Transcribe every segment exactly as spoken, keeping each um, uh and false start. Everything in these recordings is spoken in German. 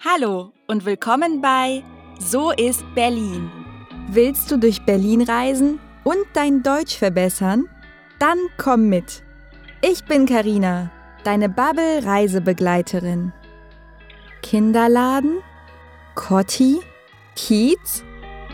Hallo und willkommen bei So ist Berlin. Willst du durch Berlin reisen und dein Deutsch verbessern? Dann komm mit. Ich bin Karina, deine Bubble-Reisebegleiterin. Kinderladen? Kotti? Kiez?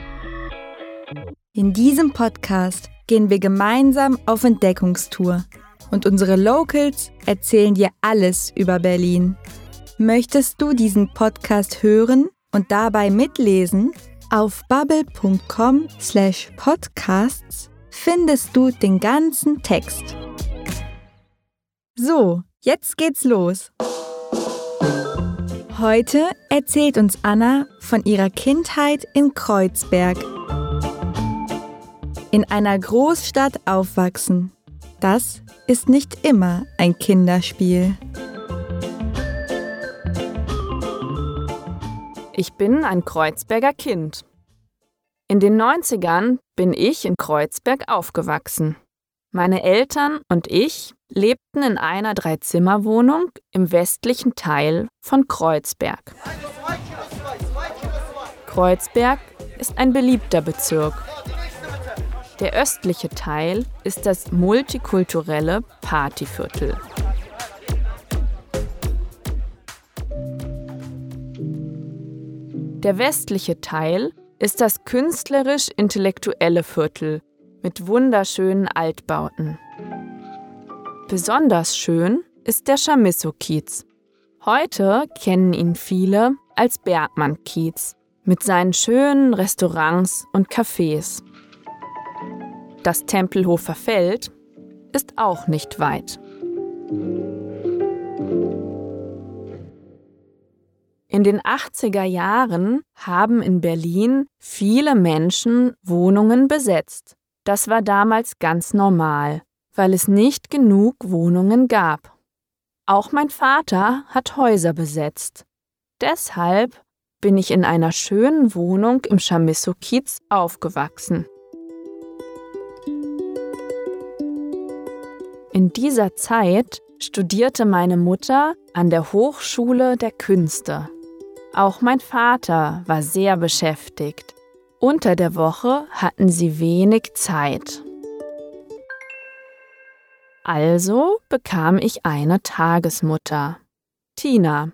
In diesem Podcast gehen wir gemeinsam auf Entdeckungstour und unsere Locals erzählen dir alles über Berlin. Möchtest du diesen Podcast hören und dabei mitlesen? Auf bubble punkt com slash podcasts findest du den ganzen Text. So, jetzt geht's los. Heute erzählt uns Anna von ihrer Kindheit in Kreuzberg. In einer Großstadt aufwachsen. Das ist nicht immer ein Kinderspiel. Ich bin ein Kreuzberger Kind. In den neunzigern bin ich in Kreuzberg aufgewachsen. Meine Eltern und ich lebten in einer Dreizimmerwohnung im westlichen Teil von Kreuzberg. Kreuzberg ist ein beliebter Bezirk. Der östliche Teil ist das multikulturelle Partyviertel. Der westliche Teil ist das künstlerisch-intellektuelle Viertel mit wunderschönen Altbauten. Besonders schön ist der Chamisso-Kiez. Heute kennen ihn viele als Bergmann-Kiez mit seinen schönen Restaurants und Cafés. Das Tempelhofer Feld ist auch nicht weit. In den achtziger Jahren haben in Berlin viele Menschen Wohnungen besetzt. Das war damals ganz normal, weil es nicht genug Wohnungen gab. Auch mein Vater hat Häuser besetzt. Deshalb bin ich in einer schönen Wohnung im Chamisso-Kiez aufgewachsen. In dieser Zeit studierte meine Mutter an der Hochschule der Künste. Auch mein Vater war sehr beschäftigt. Unter der Woche hatten sie wenig Zeit. Also bekam ich eine Tagesmutter, Tina.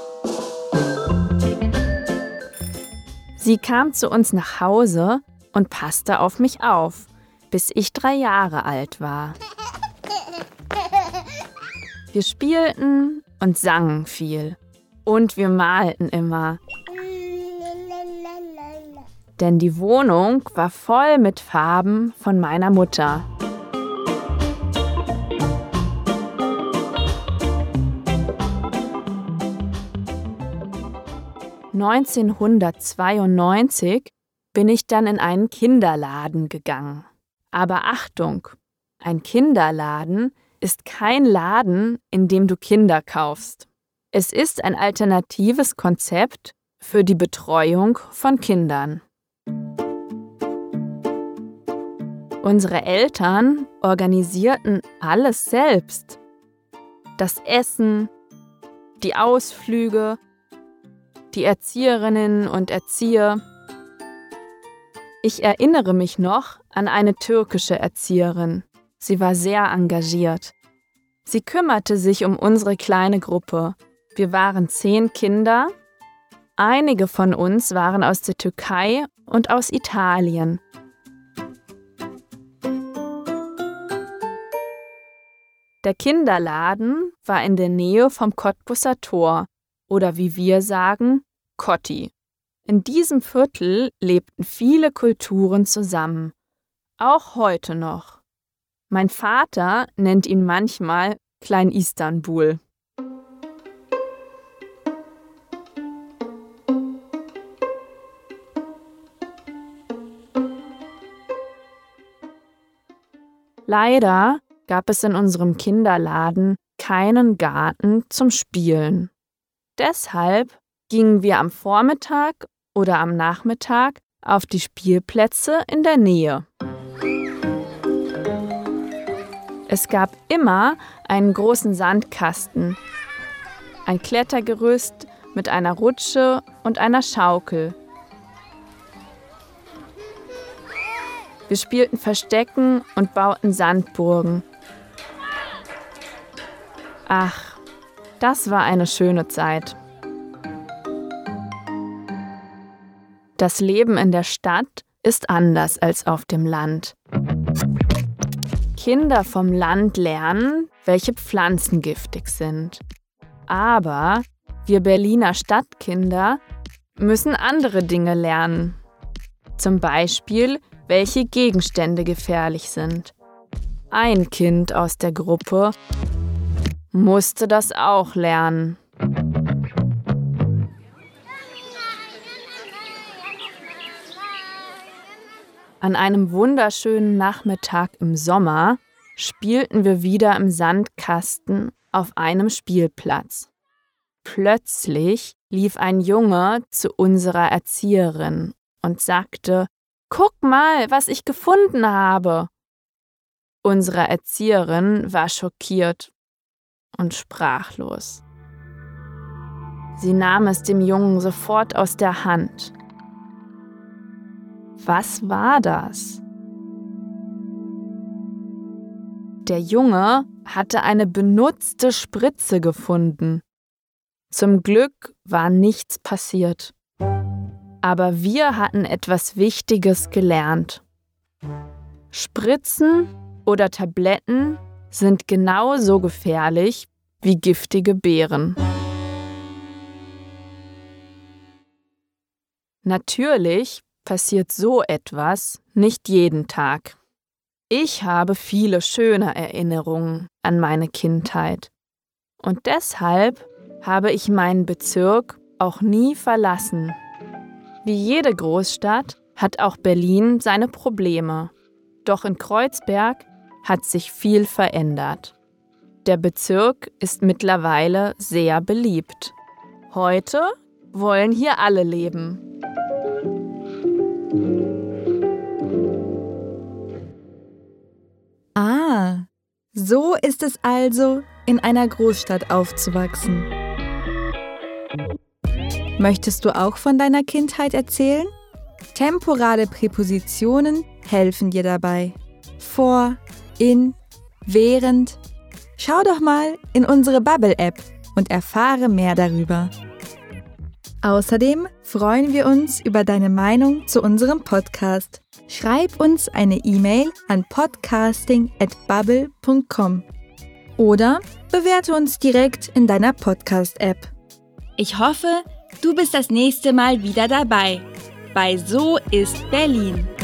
Sie kam zu uns nach Hause und passte auf mich auf, bis ich drei Jahre alt war. Wir spielten und sangen viel. Und wir malten immer. Denn die Wohnung war voll mit Farben von meiner Mutter. neunzehnhundertzweiundneunzig bin ich dann in einen Kinderladen gegangen. Aber Achtung, ein Kinderladen ist kein Laden, in dem du Kinder kaufst. Es ist ein alternatives Konzept für die Betreuung von Kindern. Unsere Eltern organisierten alles selbst. Das Essen, die Ausflüge, die Erzieherinnen und Erzieher. Ich erinnere mich noch an eine türkische Erzieherin. Sie war sehr engagiert. Sie kümmerte sich um unsere kleine Gruppe. Wir waren zehn Kinder. Einige von uns waren aus der Türkei und aus Italien. Der Kinderladen war in der Nähe vom Cottbusser Tor oder wie wir sagen, Kotti. In diesem Viertel lebten viele Kulturen zusammen, auch heute noch. Mein Vater nennt ihn manchmal Klein Istanbul. Leider gab es in unserem Kinderladen keinen Garten zum Spielen. Deshalb gingen wir am Vormittag oder am Nachmittag auf die Spielplätze in der Nähe. Es gab immer einen großen Sandkasten, ein Klettergerüst mit einer Rutsche und einer Schaukel. Wir spielten Verstecken und bauten Sandburgen. Ach, das war eine schöne Zeit. Das Leben in der Stadt ist anders als auf dem Land. Kinder vom Land lernen, welche Pflanzen giftig sind. Aber wir Berliner Stadtkinder müssen andere Dinge lernen. Zum Beispiel, welche Gegenstände gefährlich sind. Ein Kind aus der Gruppe musste das auch lernen. An einem wunderschönen Nachmittag im Sommer spielten wir wieder im Sandkasten auf einem Spielplatz. Plötzlich lief ein Junge zu unserer Erzieherin und sagte: »Guck mal, was ich gefunden habe!« Unsere Erzieherin war schockiert und sprachlos. Sie nahm es dem Jungen sofort aus der Hand. Was war das? Der Junge hatte eine benutzte Spritze gefunden. Zum Glück war nichts passiert. Aber wir hatten etwas Wichtiges gelernt. Spritzen oder Tabletten sind genauso gefährlich wie giftige Beeren. Natürlich passiert so etwas nicht jeden Tag. Ich habe viele schöne Erinnerungen an meine Kindheit. Und deshalb habe ich meinen Bezirk auch nie verlassen. Wie jede Großstadt hat auch Berlin seine Probleme. Doch in Kreuzberg hat sich viel verändert. Der Bezirk ist mittlerweile sehr beliebt. Heute wollen hier alle leben. Ah, so ist es also, in einer Großstadt aufzuwachsen. Möchtest du auch von deiner Kindheit erzählen? Temporale Präpositionen helfen dir dabei. Vor, in, während. Schau doch mal in unsere Bubble-App und erfahre mehr darüber. Außerdem freuen wir uns über deine Meinung zu unserem Podcast. Schreib uns eine E-Mail an podcasting at bubble punkt com oder bewerte uns direkt in deiner Podcast-App. Ich hoffe, du bist das nächste Mal wieder dabei bei So ist Berlin.